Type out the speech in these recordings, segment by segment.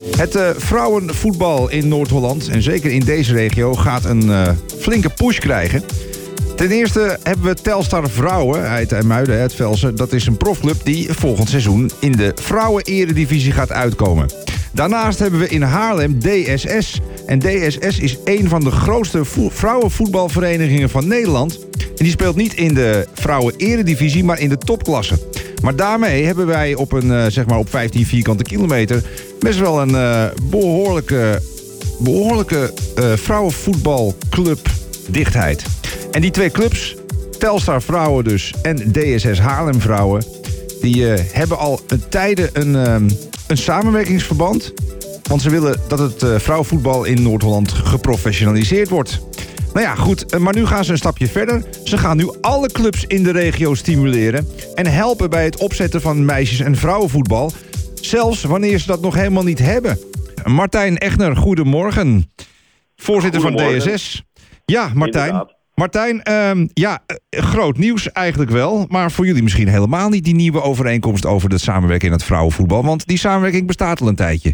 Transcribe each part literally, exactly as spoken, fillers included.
Het uh, vrouwenvoetbal in Noord-Holland, en zeker in deze regio, gaat een uh, flinke push krijgen. Ten eerste hebben we Telstar Vrouwen uit IJmuiden, het Velsen. Dat is een profclub die volgend seizoen in de vrouwen-eredivisie gaat uitkomen. Daarnaast hebben we in Haarlem D S S. En D S S is een van de grootste vo- vrouwenvoetbalverenigingen van Nederland. En die speelt niet in de vrouwen-eredivisie, maar in de topklasse. Maar daarmee hebben wij op een uh, zeg maar op vijftien vierkante kilometer best wel een uh, behoorlijke, behoorlijke uh, vrouwenvoetbalclub dichtheid. En die twee clubs, Telstar Vrouwen dus en D S S Haarlem Vrouwen, die uh, hebben al een tijden een, um, een samenwerkingsverband. Want ze willen dat het uh, vrouwenvoetbal in Noord-Holland geprofessionaliseerd wordt. Nou ja, goed, maar nu gaan ze een stapje verder. Ze gaan nu alle clubs in de regio stimuleren en helpen bij het opzetten van meisjes- en vrouwenvoetbal. Zelfs wanneer ze dat nog helemaal niet hebben. Martijn Egner, goedemorgen. Voorzitter van D S S. Ja, Martijn. Inderdaad. Martijn, um, ja, groot nieuws eigenlijk wel. Maar voor jullie misschien helemaal niet die nieuwe overeenkomst over de samenwerking in het vrouwenvoetbal. Want die samenwerking bestaat al een tijdje.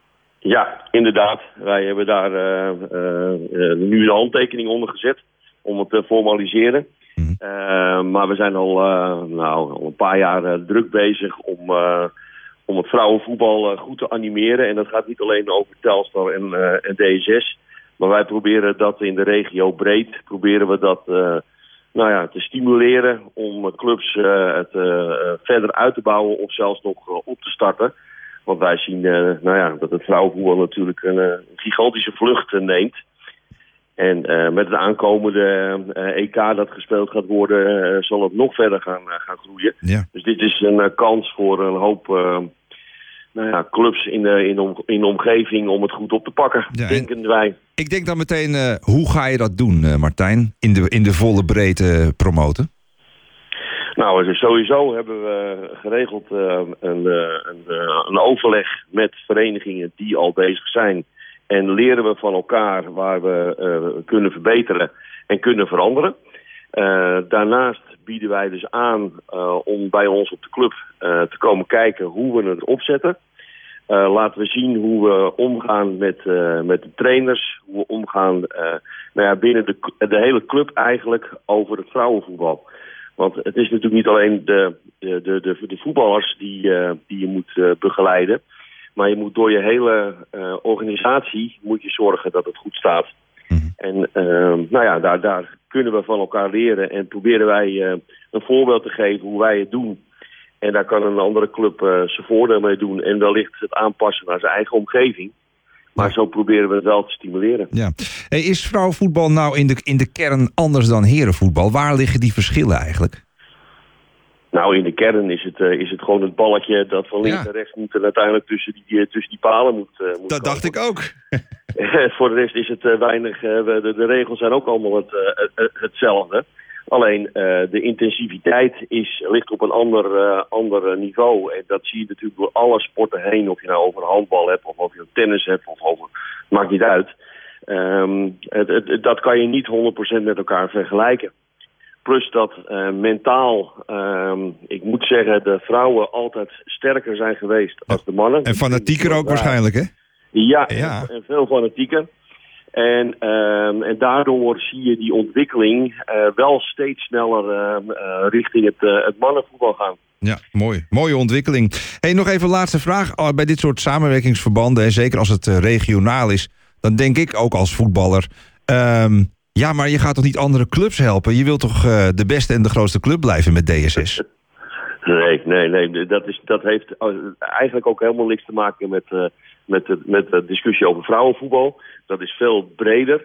Ja, inderdaad. Wij hebben daar uh, uh, nu een handtekening onder gezet om het te formaliseren. Mm-hmm. Uh, maar we zijn al, uh, nou, al een paar jaar uh, druk bezig om, uh, om het vrouwenvoetbal uh, goed te animeren. En dat gaat niet alleen over Telstar en, uh, en D S S. Maar wij proberen dat in de regio breed, proberen we dat uh, nou ja, te stimuleren om clubs uh, het uh, verder uit te bouwen of zelfs nog uh, op te starten. Want wij zien uh, nou ja, dat het vrouwenvoetbal natuurlijk een, een gigantische vlucht uh, neemt. En uh, met het aankomende uh, E K dat gespeeld gaat worden, uh, zal het nog verder gaan, uh, gaan groeien. Ja. Dus dit is een uh, kans voor een hoop uh, nou ja, clubs in de, in, om, in de omgeving om het goed op te pakken, ja, denken wij. Ik denk dan meteen, uh, hoe ga je dat doen, uh, Martijn? In de, in de volle breedte promoten? Nou, dus sowieso hebben we geregeld uh, een, uh, een, uh, een overleg met verenigingen die al bezig zijn. En leren we van elkaar waar we uh, kunnen verbeteren en kunnen veranderen. Uh, daarnaast bieden wij dus aan uh, om bij ons op de club uh, te komen kijken hoe we het opzetten. Uh, laten we zien hoe we omgaan met, uh, met de trainers. Hoe we omgaan uh, nou ja, binnen de, de hele club eigenlijk over het vrouwenvoetbal. Want het is natuurlijk niet alleen de, de, de, de, de voetballers die, uh, die je moet uh, begeleiden. Maar je moet door je hele uh, organisatie moet je zorgen dat het goed staat. Mm-hmm. En uh, nou ja, daar, daar kunnen we van elkaar leren. En proberen wij uh, een voorbeeld te geven hoe wij het doen. En daar kan een andere club uh, zijn voordeel mee doen. En wellicht het aanpassen naar zijn eigen omgeving. Maar zo proberen we het wel te stimuleren. Ja. Hey, is vrouwenvoetbal nou in de, in de kern anders dan herenvoetbal? Waar liggen die verschillen eigenlijk? Nou, in de kern is het, uh, is het gewoon het balletje dat van links ja. en rechts moet en uiteindelijk tussen die, uh, tussen die palen moet, uh, moet Dat komen. Dacht ik ook. Voor de rest is het uh, weinig, uh, de, de regels zijn ook allemaal het, uh, uh, hetzelfde. Alleen uh, de intensiviteit is, ligt op een ander, uh, ander niveau. En dat zie je natuurlijk door alle sporten heen. Of je nou over handbal hebt, of of je tennis hebt, of over... Maakt niet uit. Um, het, het, dat kan je niet honderd procent met elkaar vergelijken. Plus dat uh, mentaal, um, ik moet zeggen, de vrouwen altijd sterker zijn geweest als de mannen. En fanatieker ook waarschijnlijk, hè? Ja, ja. En, en veel fanatieker. En, um, en daardoor zie je die ontwikkeling uh, wel steeds sneller uh, uh, richting het, uh, het mannenvoetbal gaan. Ja, mooi. Mooie ontwikkeling. Hey, nog even een laatste vraag. Oh, bij dit soort samenwerkingsverbanden, en zeker als het uh, regionaal is, dan denk ik ook als voetballer, Um, ja, maar je gaat toch niet andere clubs helpen? Je wilt toch uh, de beste en de grootste club blijven met D S S? Nee, nee, nee. Dat, is, dat heeft eigenlijk ook helemaal niks te maken met, uh, met, de, met de discussie over vrouwenvoetbal. Dat is veel breder.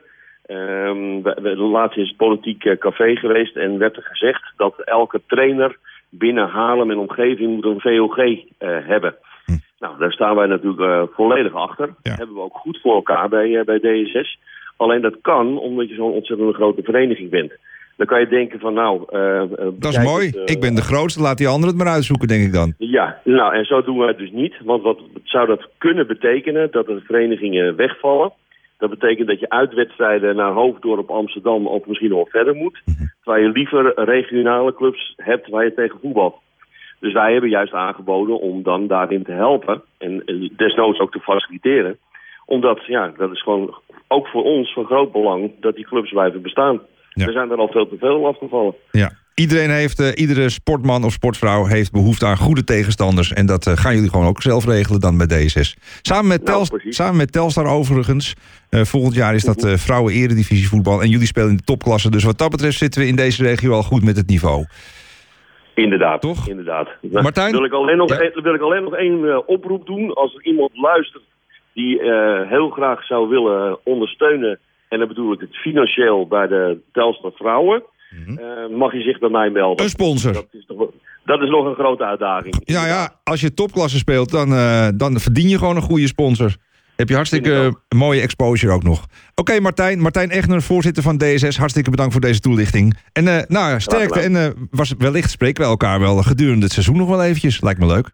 Um, we, we, laatst is het politiek uh, café geweest en werd er gezegd dat elke trainer binnen Haarlem en omgeving moet een V O G uh, hebben. Hm. Nou, daar staan wij natuurlijk uh, volledig achter. Ja. Dat hebben we ook goed voor elkaar bij, uh, bij D S S. Alleen dat kan omdat je zo'n ontzettend grote vereniging bent. Dan kan je denken van nou... Uh, dat is mooi. Het, uh, ik ben de grootste, laat die anderen het maar uitzoeken, denk ik dan. Ja, nou en zo doen we het dus niet. Want wat zou dat kunnen betekenen? Dat de verenigingen wegvallen. Dat betekent dat je uitwedstrijden naar Hoofddorp, Amsterdam of misschien nog verder moet. Mm-hmm. Terwijl je liever regionale clubs hebt waar je tegen voetbalt. Dus wij hebben juist aangeboden om dan daarin te helpen. En, en desnoods ook te faciliteren. Omdat, ja, dat is gewoon ook voor ons van groot belang dat die clubs blijven bestaan. Ja. We zijn er al veel te veel afgevallen. Ja. Iedereen heeft, uh, iedere sportman of sportvrouw heeft behoefte aan goede tegenstanders. En dat uh, gaan jullie gewoon ook zelf regelen dan met D S S. Samen met, Nou, Tels, samen met Telstar overigens. Uh, volgend jaar is dat uh, vrouwen eredivisie voetbal. En jullie spelen in de topklasse. Dus wat dat betreft zitten we in deze regio al goed met het niveau. Inderdaad, toch? Inderdaad. Martijn? Wil ik alleen nog, Ja. wil ik alleen nog één uh, oproep doen. Als er iemand luistert die uh, heel graag zou willen ondersteunen. En dan bedoel ik het financieel bij de Telstar vrouwen. Mm-hmm. Uh, mag je zich bij mij melden. Een sponsor. Dat is, toch, dat is nog een grote uitdaging. Ja, ja, als je topklasse speelt, dan, uh, dan verdien je gewoon een goede sponsor. Heb je hartstikke uh, mooie exposure ook nog. Oké, okay, Martijn. Martijn Egner, voorzitter van D S S. Hartstikke bedankt voor deze toelichting. En uh, nou, sterkte. En uh, was, wellicht spreken we elkaar wel gedurende het seizoen nog wel eventjes. Lijkt me leuk.